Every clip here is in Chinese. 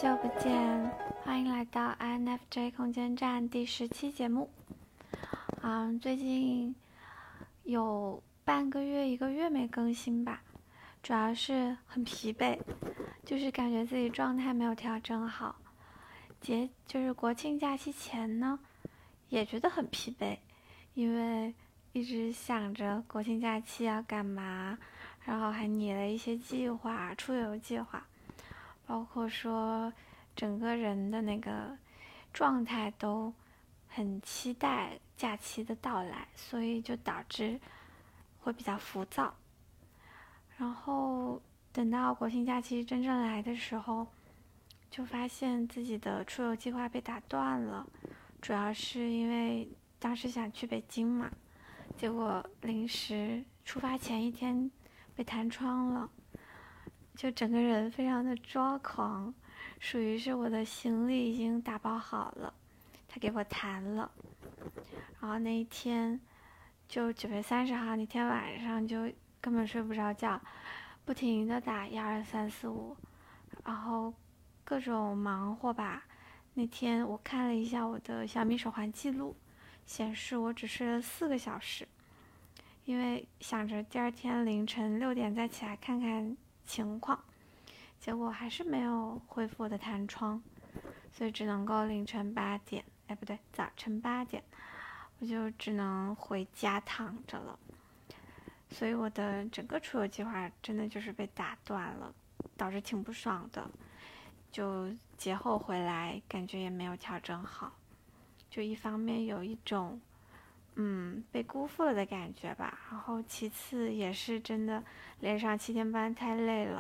久不见，欢迎来到 INFJ 空间站第17节目。最近有半个月、1个月没更新吧，主要是很疲惫，就是感觉自己状态没有调整好。就是国庆假期前呢，也觉得很疲惫，因为一直想着国庆假期要干嘛，然后还拟了一些计划，出游计划。包括说整个人的那个状态都很期待假期的到来，所以就导致会比较浮躁。然后等到国庆假期真正来的时候，就发现自己的出游计划被打断了，主要是因为当时想去北京嘛，结果临时出发前一天被弹窗了，就整个人非常的抓狂，属于是我的行李已经打包好了，他给我弹了。然后那一天就9月30号那天晚上就根本睡不着觉，不停的打12345，然后各种忙活吧。那天我看了一下我的小米手环记录，显示我只睡了4个小时，因为想着第二天凌晨6点再起来看看情况，结果还是没有恢复我的弹窗，所以只能够凌晨8点，早晨8点，我就只能回家躺着了。所以我的整个出游计划真的就是被打断了，导致挺不爽的。就节后回来，感觉也没有调整好，就一方面有一种被辜负了的感觉吧，然后其次也是真的连上7天班太累了，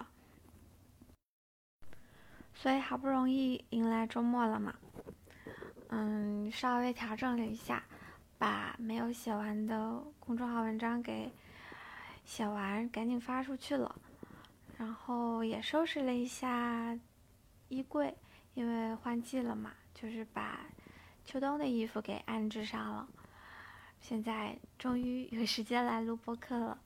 所以好不容易迎来周末了嘛，稍微调整了一下，把没有写完的公众号文章给写完，赶紧发出去了。然后也收拾了一下衣柜，因为换季了嘛，就是把秋冬的衣服给安置上了。现在终于有时间来录播客了。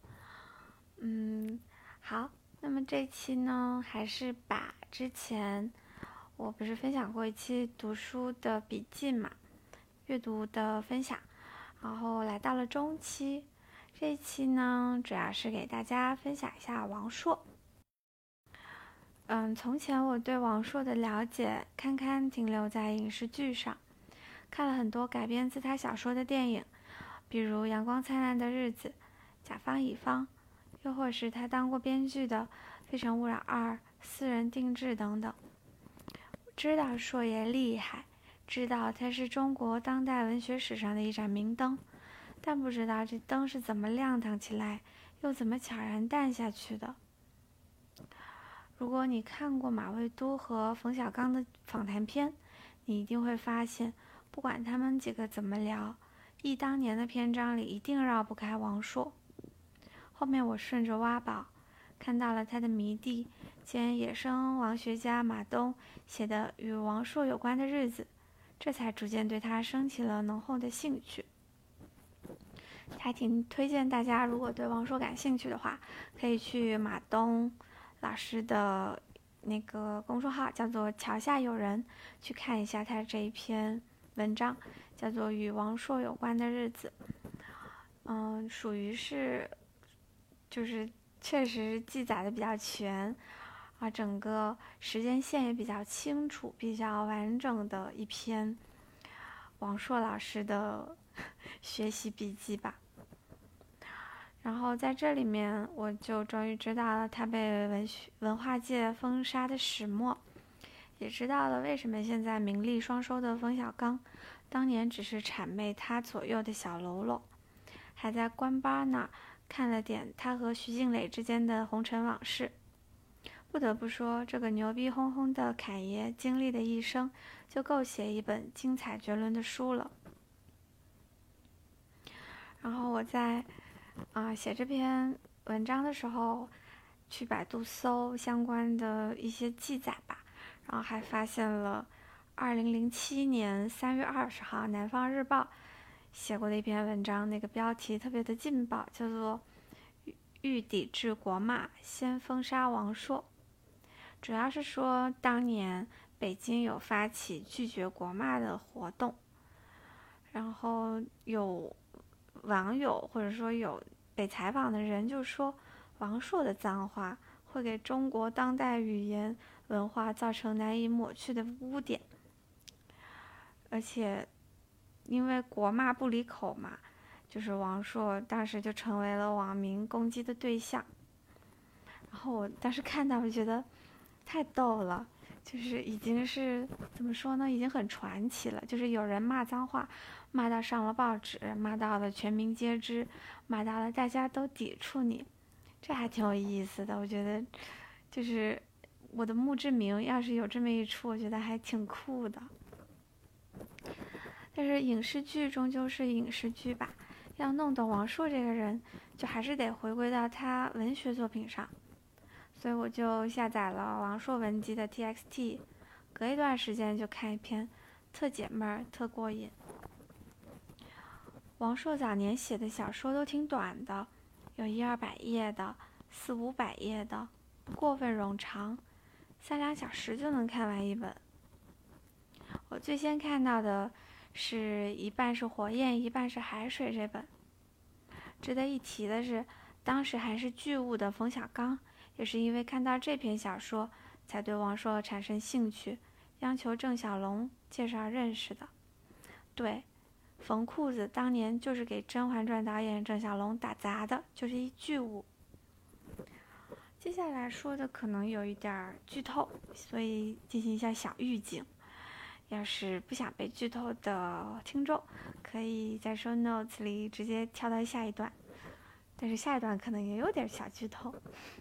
好，那么这期呢，还是把之前我不是分享过一期读书的笔记嘛，阅读的分享，然后来到了中期。这一期呢，主要是给大家分享一下王朔。从前我对王朔的了解堪堪停留在影视剧上，看了很多改编自他小说的电影，比如《阳光灿烂的日子》、《甲方乙方》，又或是他当过编剧的《非诚勿扰2》、《私人定制》等等。知道朔爷厉害，知道他是中国当代文学史上的一盏明灯，但不知道这灯是怎么亮堂起来，又怎么悄然淡下去的。如果你看过马未都和冯小刚的访谈片，你一定会发现，不管他们几个怎么聊，忆当年的篇章里一定绕不开王朔。后面我顺着挖宝，看到了他的迷弟兼野生王学家马东写的与王朔有关的日子，这才逐渐对他升起了浓厚的兴趣。还挺推荐大家，如果对王朔感兴趣的话，可以去马东老师的那个公众号，叫做桥下有人，去看一下他这一篇文章，叫做与王朔有关的日子。属于是就是确实记载的比较全啊，整个时间线也比较清楚，比较完整的一篇王朔老师的学习笔记吧。然后在这里面，我就终于知道了他被文化界封杀的始末，也知道了为什么现在名利双收的冯小刚，当年只是谄媚他左右的小喽啰，还在官吧那儿看了点他和徐静蕾之间的红尘往事。不得不说，这个牛逼哄哄的侃爷经历的一生，就够写一本精彩绝伦的书了。然后我在写这篇文章的时候，去百度搜相关的一些记载吧，然后还发现了2007年3月20号南方日报写过的一篇文章，那个标题特别的劲爆，叫做欲抵制国骂，先封杀王朔。主要是说当年北京有发起拒绝国骂的活动，然后有网友或者说有被采访的人就说，王朔的脏话会给中国当代语言文化造成难以抹去的污点，而且因为国骂不离口嘛，就是王朔当时就成为了网民攻击的对象。然后我当时看到，我觉得太逗了，就是已经是怎么说呢，已经很传奇了。就是有人骂脏话，骂到上了报纸，骂到了全民皆知，骂到了大家都抵触你，这还挺有意思的。我觉得，就是我的墓志铭要是有这么一出，我觉得还挺酷的。但是影视剧终究是影视剧吧，要弄懂王朔这个人，就还是得回归到他文学作品上。所以我就下载了王朔文集的 TXT， 隔一段时间就看一篇，特解闷儿，特过瘾。王朔早年写的小说都挺短的，有100-200页的，400-500页的，不过分冗长，3-2小时就能看完一本。我最先看到的是一半是火焰，一半是海水这本。值得一提的是，当时还是剧务的冯小刚，也是因为看到这篇小说，才对王朔产生兴趣，央求郑晓龙介绍认识的。对，冯裤子当年就是给《甄嬛传》导演郑晓龙打杂的，就是一剧务。接下来说的可能有一点剧透，所以进行一下小预警。要是不想被剧透的听众，可以在 show notes 里直接跳到下一段，但是下一段可能也有点小剧透。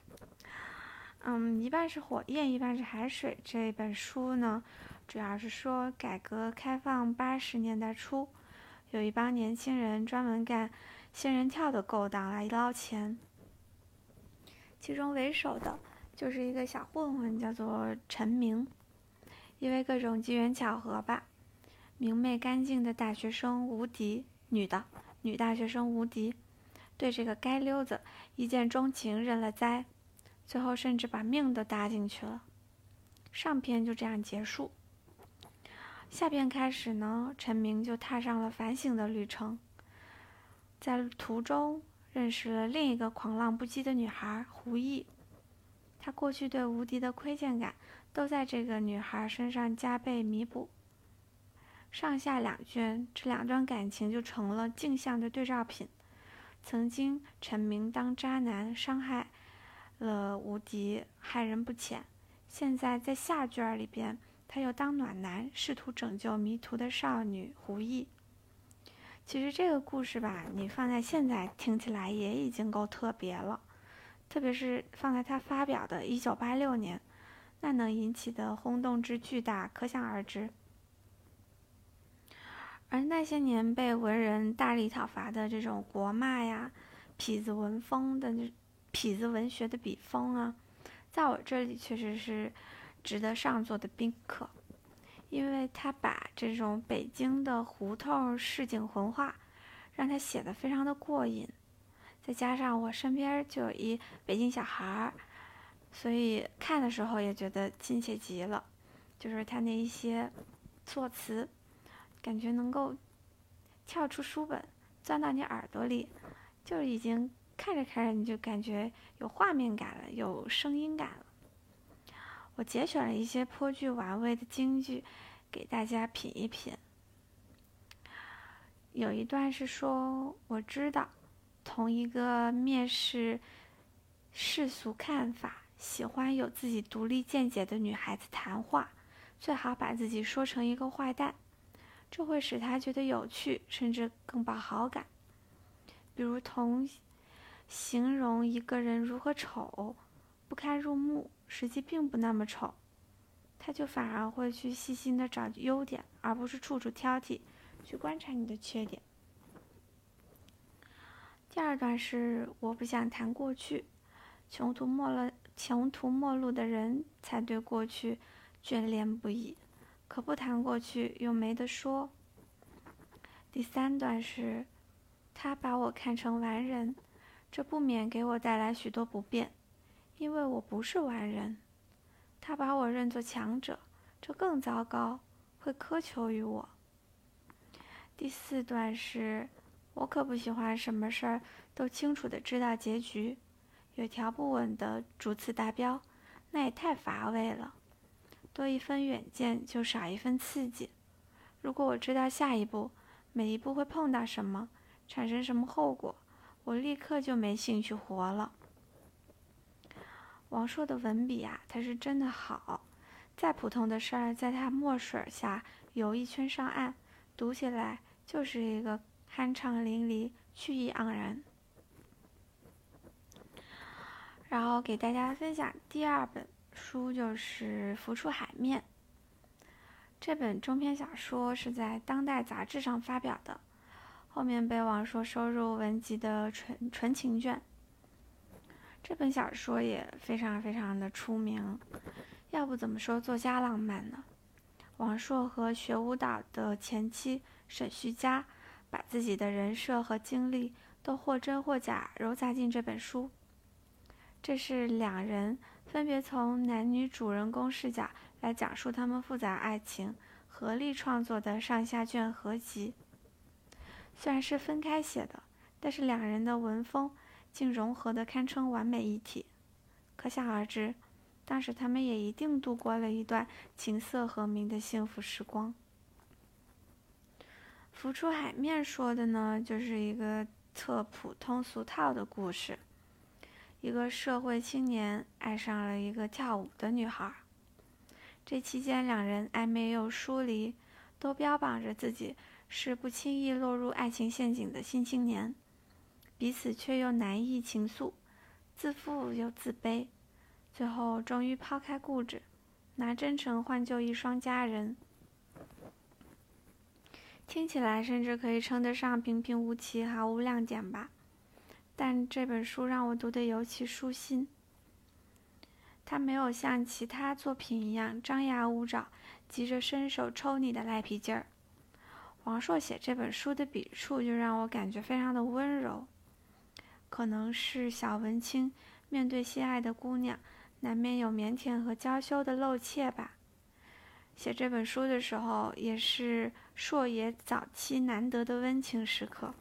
一半是火焰，一半是海水。这本书呢，主要是说改革开放80年代初，有一帮年轻人专门干仙人跳的勾当来捞钱。其中为首的就是一个小混混，叫做陈明。因为各种机缘巧合吧，明媚干净的大学生吴迪，女大学生吴迪，对这个街溜子一见钟情，认了栽，最后甚至把命都搭进去了。上篇就这样结束。下篇开始呢，陈明就踏上了反省的旅程，在途中认识了另一个狂浪不羁的女孩胡毅，他过去对吴迪的亏欠感都在这个女孩身上加倍弥补。上下2卷，这2段感情就成了镜像的对照品。曾经陈明当渣男伤害了吴迪，害人不浅，现在在下卷里边，他又当暖男，试图拯救迷途的少女胡毅。其实这个故事吧，你放在现在听起来也已经够特别了，特别是放在他发表的1986年，那能引起的轰动之巨大可想而知。而那些年被文人大力讨伐的这种国骂呀、痞子文学的笔锋啊，在我这里确实是值得上座的宾客，因为他把这种北京的胡同市井混话，让他写得非常的过瘾。再加上我身边就有一北京小孩，所以看的时候也觉得亲切极了。就是他那一些措辞，感觉能够跳出书本，钻到你耳朵里，就已经看着看着你就感觉有画面感了，有声音感了。我节选了一些颇具玩味的京剧，给大家品一品。有一段是说，我知道同一个蔑视世俗看法，喜欢有自己独立见解的女孩子谈话，最好把自己说成一个坏蛋，这会使她觉得有趣，甚至更抱好感。比如形容一个人如何丑，不堪入目，实际并不那么丑，他就反而会去细心的找优点，而不是处处挑剔，去观察你的缺点。第二段是我不想谈过去，穷途末路的人才对过去眷恋不已，可不谈过去又没得说。第三段是他把我看成完人，这不免给我带来许多不便，因为我不是完人。他把我认作强者， 这更糟糕，会苛求于我。第4段是，我可不喜欢什么事儿都清楚地知道结局，有条不紊地逐次达标，那也太乏味了。多一分远见，就少一分刺激。如果我知道下一步，每一步会碰到什么，产生什么后果，我立刻就没兴趣活了。王朔的文笔啊，他是真的好。再普通的事儿，在他墨水下游一圈上岸，读起来就是一个酣畅淋漓、趣意盎然。然后给大家分享第2本书，就是《浮出海面》。这本中篇小说是在《当代》杂志上发表的，后面被王朔收入文集的纯情卷。这本小说也非常非常的出名，要不怎么说作家浪漫呢？王朔和学舞蹈的前妻沈旭佳，把自己的人设和经历都或真或假糅杂进这本书。这是2人分别从男女主人公视角来讲述他们复杂爱情，合力创作的上下卷合集。虽然是分开写的，但是2人的文风竟融合的堪称完美一体。可想而知，当时他们也一定度过了一段情色和鸣的幸福时光。浮出海面说的呢，就是一个特普通俗套的故事。一个社会青年爱上了一个跳舞的女孩，这期间2人暧昧又疏离，都标榜着自己是不轻易落入爱情陷阱的新青年，彼此却又难抑情愫，自负又自卑，最后终于抛开固执，拿真诚换救一双佳人。听起来甚至可以称得上平平无奇，毫无亮点吧。但这本书让我读得尤其舒心。它没有像其他作品一样张牙舞爪，急着伸手抽你的赖皮劲儿。王朔写这本书的笔触就让我感觉非常的温柔。可能是小文青面对心爱的姑娘，难免有腼腆和娇羞的露怯吧。写这本书的时候，也是朔爷早期难得的温情时刻。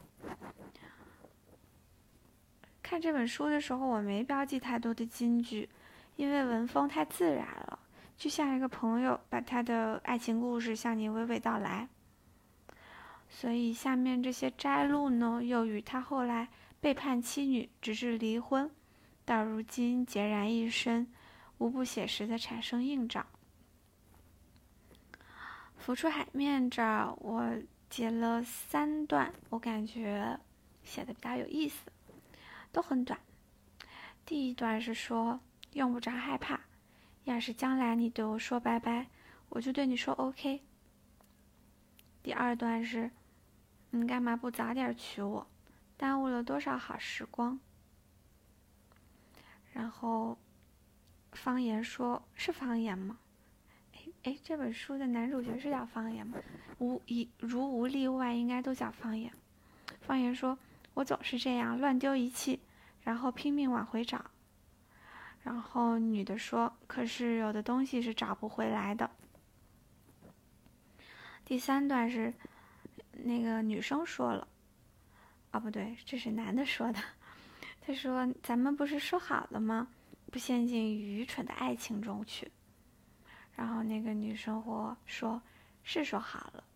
看这本书的时候，我没标记太多的金句，因为文风太自然了，就像一个朋友把他的爱情故事向你娓娓道来。所以下面这些摘录呢，又与他后来背叛妻女直至离婚，到如今孑然一身，无不写实的产生映照。浮出海面这儿我截了3段，我感觉写的比较有意思，都很短。第1段是说，用不着害怕，要是将来你对我说拜拜，我就对你说 OK。第2段是，你干嘛不早点娶我，耽误了多少好时光。然后方言说，是方言吗？这本书的男主角是叫方言吗？如无例外，应该都叫方言。方言说，我总是这样乱丢一气，然后拼命往回找。然后女的说，可是有的东西是找不回来的。第3段是那个女生说了，不对，这是男的说的。他说，咱们不是说好了吗？不陷进愚蠢的爱情中去。然后那个女生说，是说好了。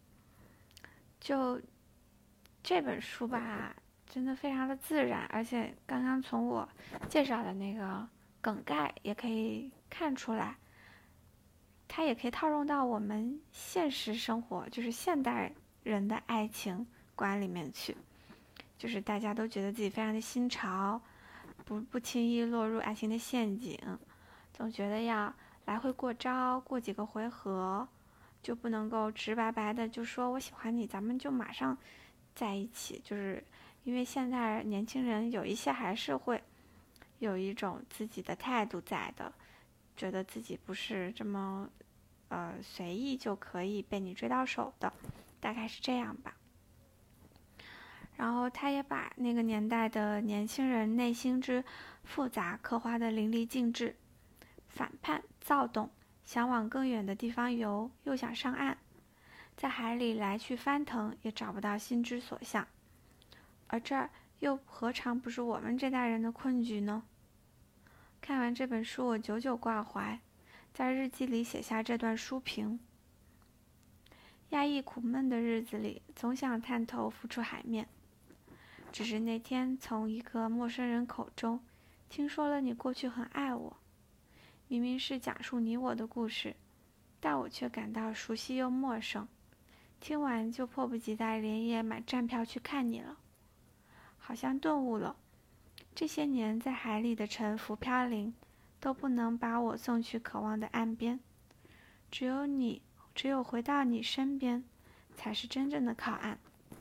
就这本书吧，真的非常的自然，而且刚刚从我介绍的那个梗概也可以看出来，它也可以套用到我们现实生活，就是现代人的爱情观里面去，就是大家都觉得自己非常的新潮，不轻易落入爱情的陷阱，总觉得要来回过招，过几个回合，就不能够直白白的就说我喜欢你，咱们就马上在一起。就是因为现在年轻人有一些还是会有一种自己的态度在的，觉得自己不是这么随意就可以被你追到手的，大概是这样吧。然后他也把那个年代的年轻人内心之复杂刻画的淋漓尽致，反叛、躁动、 想往更远的地方游，又想上岸，在海里来去翻腾，也找不到心之所向。而这儿又何尝不是我们这代人的困局呢？看完这本书，我久久挂怀，在日记里写下这段书评。压抑苦闷的日子里，总想探头浮出海面。只是那天从一个陌生人口中听说了你过去很爱我，明明是讲述你我的故事，但我却感到熟悉又陌生。听完就迫不及待连夜买站票去看你了。好像顿悟了，这些年在海里的沉浮飘零，都不能把我送去渴望的岸边。只有回到你身边，才是真正的靠岸。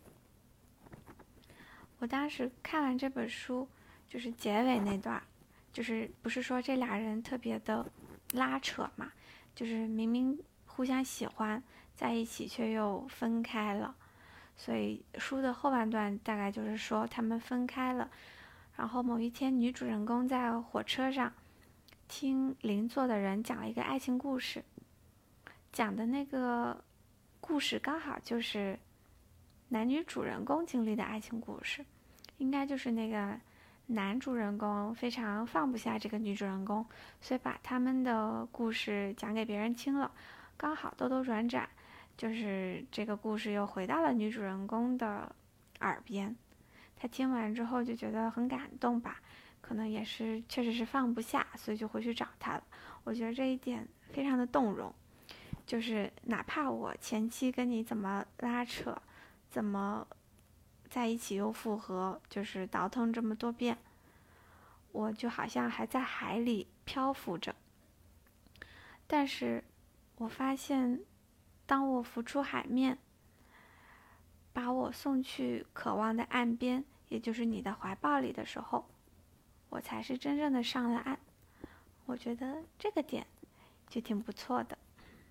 我当时看完这本书，就是结尾那段，就是不是说这俩人特别的拉扯嘛，就是明明互相喜欢在一起，却又分开了。所以书的后半段大概就是说他们分开了，然后某一天女主人公在火车上听邻座的人讲了一个爱情故事，讲的那个故事刚好就是男女主人公经历的爱情故事，应该就是那个男主人公非常放不下这个女主人公，所以把他们的故事讲给别人听了，刚好兜兜转转，就是这个故事又回到了女主人公的耳边。他听完之后就觉得很感动吧，可能也是确实是放不下，所以就回去找他了。我觉得这一点非常的动容，就是哪怕我前期跟你怎么拉扯，怎么在一起又复合，就是倒腾这么多遍，我就好像还在海里漂浮着。但是我发现，当我浮出海面，把我送去渴望的岸边，也就是你的怀抱里的时候，我才是真正的上了岸。我觉得这个点就挺不错的。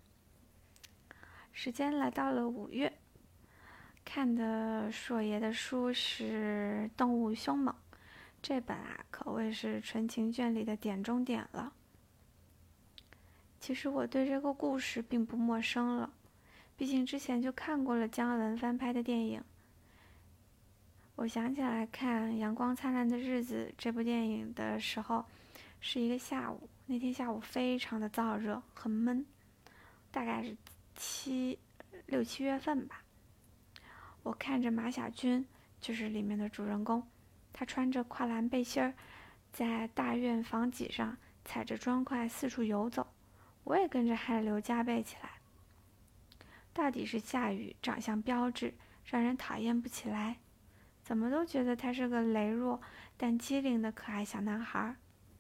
时间来到了5月，看的硕爷的书是《动物凶猛》，这本可谓是纯情卷里的点中点了。其实我对这个故事并不陌生了，毕竟之前就看过了姜文翻拍的电影。我想起来看《阳光灿烂的日子》这部电影的时候，是一个下午，那天下午非常的燥热，很闷，大概是6、7月份吧。我看着马小军，就是里面的主人公，他穿着跨栏背心儿，在大院房脊上踩着砖块四处游走，我也跟着汗流浃背起来。到底是下雨长相标致，让人讨厌不起来，怎么都觉得他是个羸弱但机灵的可爱小男孩。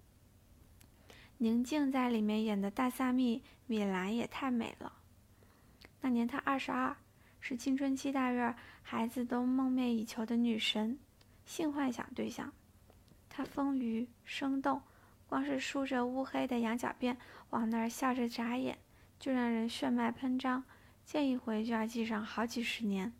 宁静在里面演的大萨米米兰也太美了。那年她22，是青春期大院孩子都梦寐以求的女神，性幻想对象。她丰腴生动，光是梳着乌黑的羊角辫往那儿笑着眨眼，就让人血脉喷张，见一回就要记上好几十年。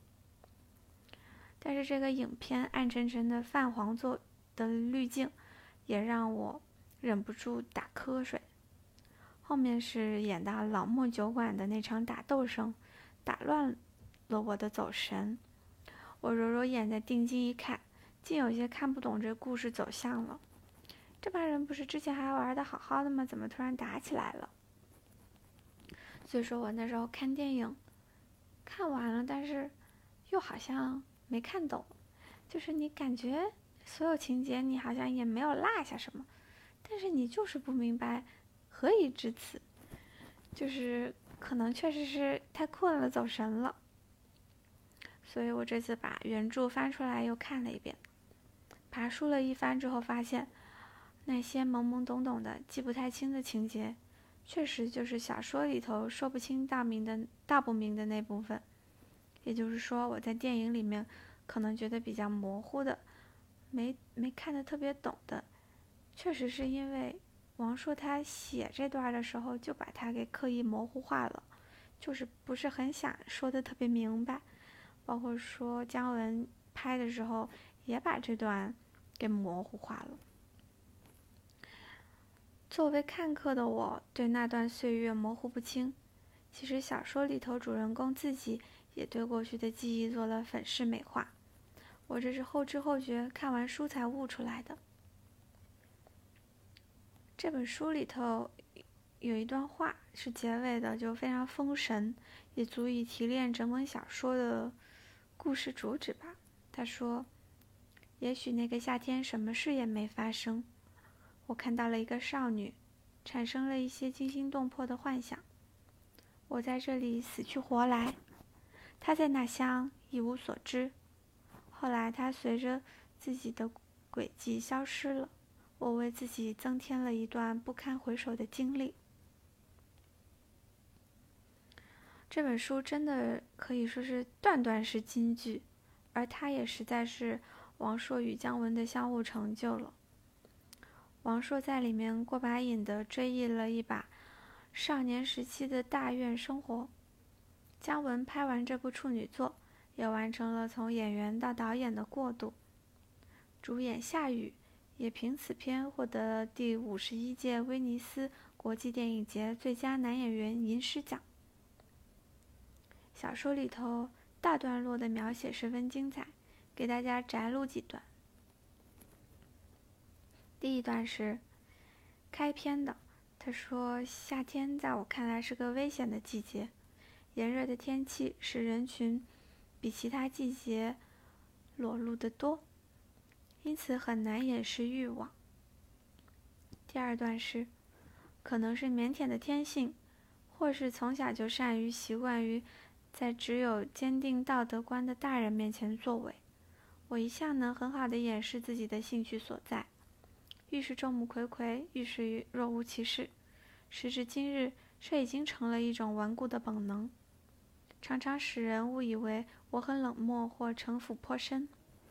但是这个影片暗沉沉的泛黄做的滤镜，也让我忍不住打瞌睡。后面是演到老莫酒馆的那场打斗声，打乱了我的走神。我揉揉眼，再定睛一看，竟有些看不懂这故事走向了。这帮人不是之前还玩得好好的吗？怎么突然打起来了？所以说我那时候看电影看完了，但是又好像没看懂，就是你感觉所有情节你好像也没有落下什么，但是你就是不明白何以至此，就是可能确实是太困了走神了。所以我这次把原著翻出来又看了一遍，爬梳了一番之后发现，那些懵懵懂懂的记不太清的情节，确实就是小说里头说不清道不明的那部分。也就是说，我在电影里面可能觉得比较模糊的，没看得特别懂的，确实是因为王朔他写这段的时候就把它给刻意模糊化了，就是不是很想说的特别明白。包括说姜文拍的时候也把这段给模糊化了。 作为看客的我，对那段岁月模糊不清。其实小说里头主人公自己也对过去的记忆做了粉饰美化，我这是后知后觉，看完书才悟出来的。这本书里头有一段话是结尾的，就非常封神，也足以提炼整本小说的故事主旨吧。他说，也许那个夏天什么事也没发生，我看到了一个少女，产生了一些惊心动魄的幻想。我在这里死去活来，她在那乡一无所知。后来她随着自己的轨迹消失了，我为自己增添了一段不堪回首的经历。这本书真的可以说是段段是金句，而它也实在是王朔与姜文的相互成就了。王朔在里面过把瘾地追忆了一把少年时期的大院生活，姜文拍完这部处女作，也完成了从演员到导演的过渡。主演夏雨也凭此片获得了第51届威尼斯国际电影节最佳男演员银狮奖。小说里头大段落的描写十分精彩，给大家摘录几段。第一段是开篇的，他说，夏天在我看来是个危险的季节，炎热的天气使人群比其他季节裸露得多，因此很难掩饰欲望。第二段是，可能是腼腆的天性，或是从小就善于习惯于在只有坚定道德观的大人面前作伪，我一向能很好地掩饰自己的兴趣所在，愈是众目睽睽，愈是若无其事。时至今日，这已经成了一种顽固的本能，常常使人误以为我很冷漠或城府颇深。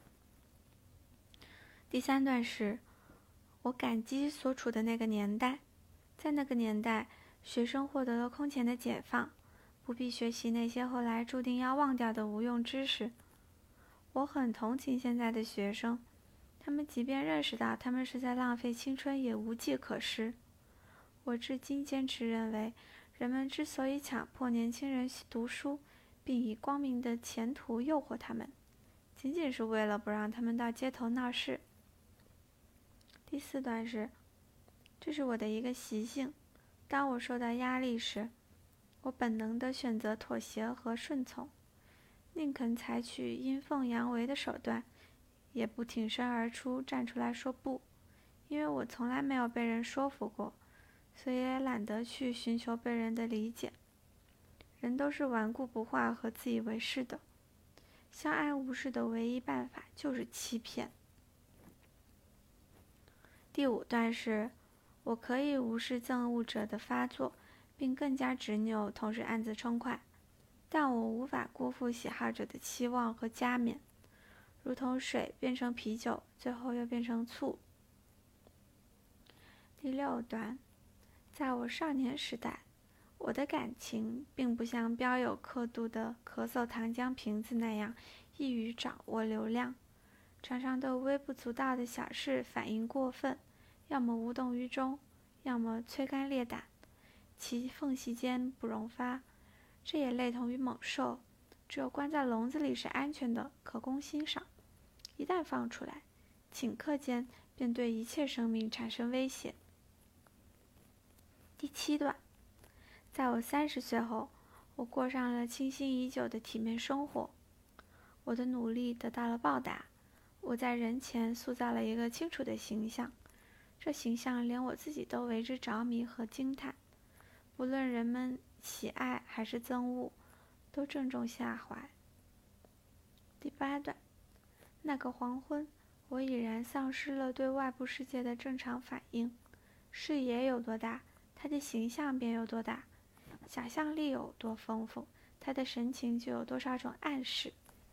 第三段是，我感激所处的那个年代，在那个年代，学生获得了空前的解放，不必学习那些后来注定要忘掉的无用知识。我很同情现在的学生，他们即便认识到他们是在浪费青春，也无计可施。我至今坚持认为，人们之所以强迫年轻人读书，并以光明的前途诱惑他们，仅仅是为了不让他们到街头闹事。第四段是，这是我的一个习性，当我受到压力时，我本能地选择妥协和顺从，宁肯采取阴奉阳违的手段，也不挺身而出站出来说不，因为我从来没有被人说服过，所以也懒得去寻求被人的理解。人都是顽固不化和自以为是的，相安无事的唯一办法就是欺骗。第五段是，我可以无视憎恶者的发作，并更加执拗，同时暗自称快，但我无法辜负喜好者的期望和加冕，如同水变成啤酒，最后又变成醋。第六段，在我少年时代，我的感情并不像标有刻度的咳嗽糖浆瓶子那样易于掌握流量，常常对微不足道的小事反应过分，要么无动于衷，要么催肝裂胆，其缝隙间不容发。这也类同于猛兽，只有关在笼子里是安全的，可供欣赏，一旦放出来，顷刻间便对一切生命产生威胁。第七段，在我30岁后，我过上了倾心已久的体面生活，我的努力得到了报答，我在人前塑造了一个清楚的形象，这形象连我自己都为之着迷和惊叹，不论人们喜爱还是憎恶，都正中下怀。第八段，那个黄昏，我已然丧失了对外部世界的正常反应，视野有多大，他的形象便有多大，想象力有多丰富，他的神情就有多少种暗示。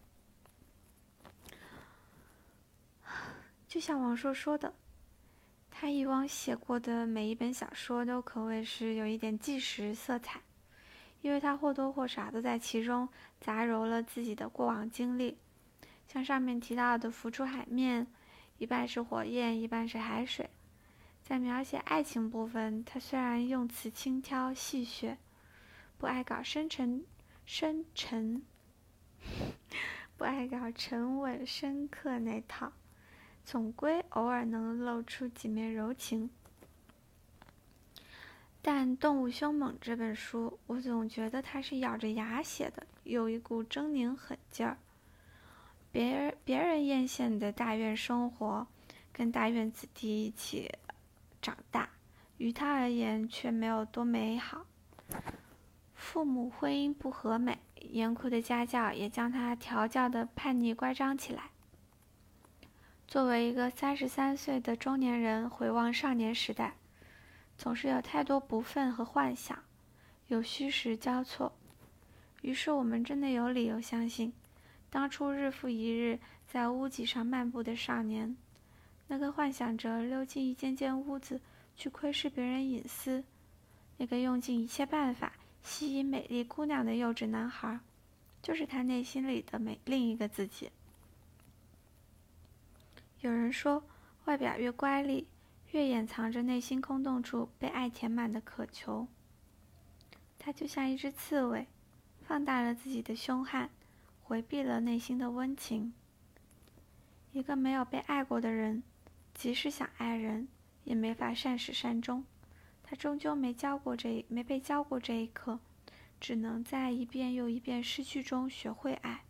就像王朔说的，他以往写过的每一本小说都可谓是有一点纪实色彩，因为他或多或少都在其中杂糅了自己的过往经历，像上面提到的浮出海面，一半是火焰，一半是海水， 在描写爱情部分，他虽然用词轻佻戏谑，不爱搞不爱搞沉稳深刻那套，总归偶尔能露出几面柔情。但《动物凶猛》这本书，我总觉得他是咬着牙写的，有一股狰狞狠劲儿。别人艳羡的大院生活，跟大院子弟一起长大，于他而言却没有多美好。父母婚姻不和美，严酷的家教也将他调教的叛逆乖张起来。作为一个33岁的中年人，回望少年时代，总是有太多不忿和幻想，有虚实交错。于是我们真的有理由相信，当初日复一日在屋脊上漫步的少年，那个幻想着溜进一间间屋子去窥视别人隐私，那个用尽一切办法吸引美丽姑娘的幼稚男孩，就是他内心里的另一个自己。有人说，外表越乖戾，越掩藏着内心空洞处被爱填满的渴求。他就像一只刺猬，放大了自己的凶悍，回避了内心的温情。一个没有被爱过的人，即使想爱人，也没法善始善终。他终究没被教过这一课，只能在一遍又一遍失去中学会爱。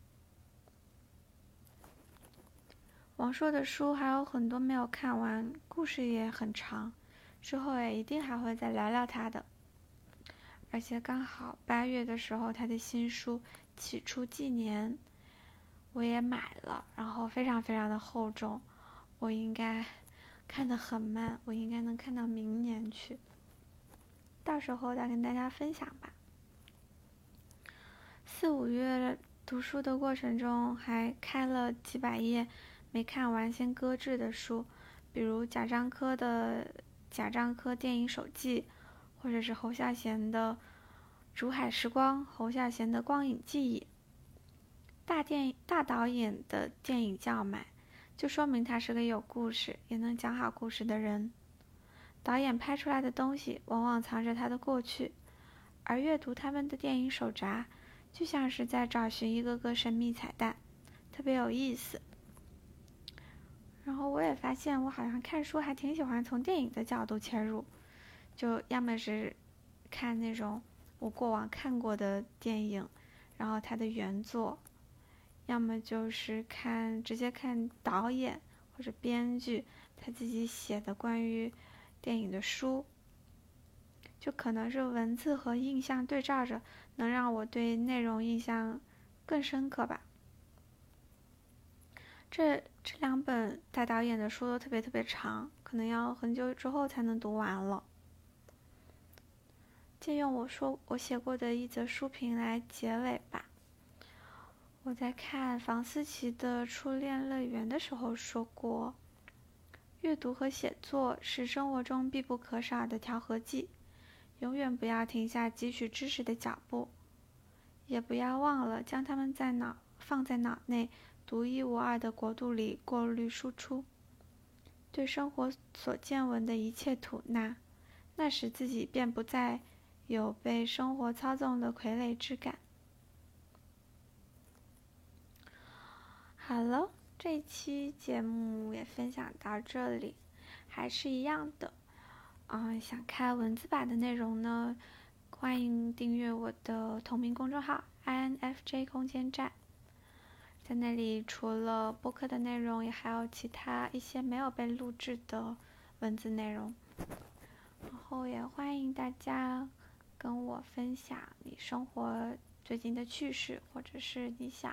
王朔的书还有很多没有看完，故事也很长，之后也一定还会再聊聊他的。而且刚好8月的时候，他的新书《起初纪年》我也买了，然后非常非常的厚重，我应该看得很慢，我应该能看到明年去，到时候再跟大家分享吧。4、5月读书的过程中，还开了几百页没看完先搁置的书，比如贾樟柯的《贾樟柯电影手记》，或者是侯孝贤的《竹海时光》，侯孝贤的《光影记忆》。大导演的电影叫买，就说明他是个有故事也能讲好故事的人。导演拍出来的东西往往藏着他的过去，而阅读他们的电影手札，就像是在找寻一个个神秘彩蛋，特别有意思。然后我也发现，我好像看书还挺喜欢从电影的角度切入，就要么是看那种我过往看过的电影，然后它的原作，要么就是直接看导演或者编剧他自己写的关于电影的书，就可能是文字和印象对照着，能让我对内容印象更深刻吧。这2本大导演的书都特别特别长，可能要很久之后才能读完了。借用我写过的一则书评来结尾吧。我在看房思琪的《初恋乐园》的时候说过，阅读和写作是生活中必不可少的调和剂，永远不要停下汲取知识的脚步，也不要忘了将它们放在脑内独一无二的国度里过滤输出，对生活所见闻的一切吐纳，那时自己便不再有被生活操纵的傀儡之感。好了，这一期节目也分享到这里，还是一样的，想看文字版的内容呢，欢迎订阅我的同名公众号 INFJ 空间站，在那里除了播客的内容，也还有其他一些没有被录制的文字内容，然后也欢迎大家跟我分享你生活最近的趣事，或者是你想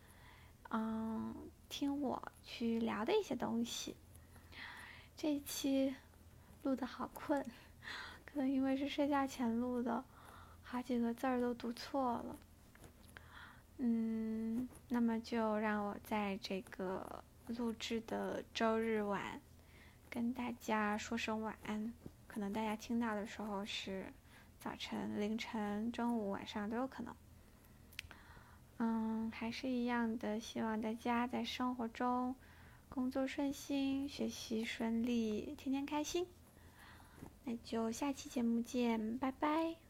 听我去聊的一些东西。这一期录得好困，可能因为是睡觉前录的，好几个字儿都读错了。那么就让我在这个录制的周日晚跟大家说声晚安，可能大家听到的时候是早晨、凌晨、中午、晚上都有可能。还是一样的，希望大家在生活中工作顺心，学习顺利，天天开心。 那就下期节目见，拜拜。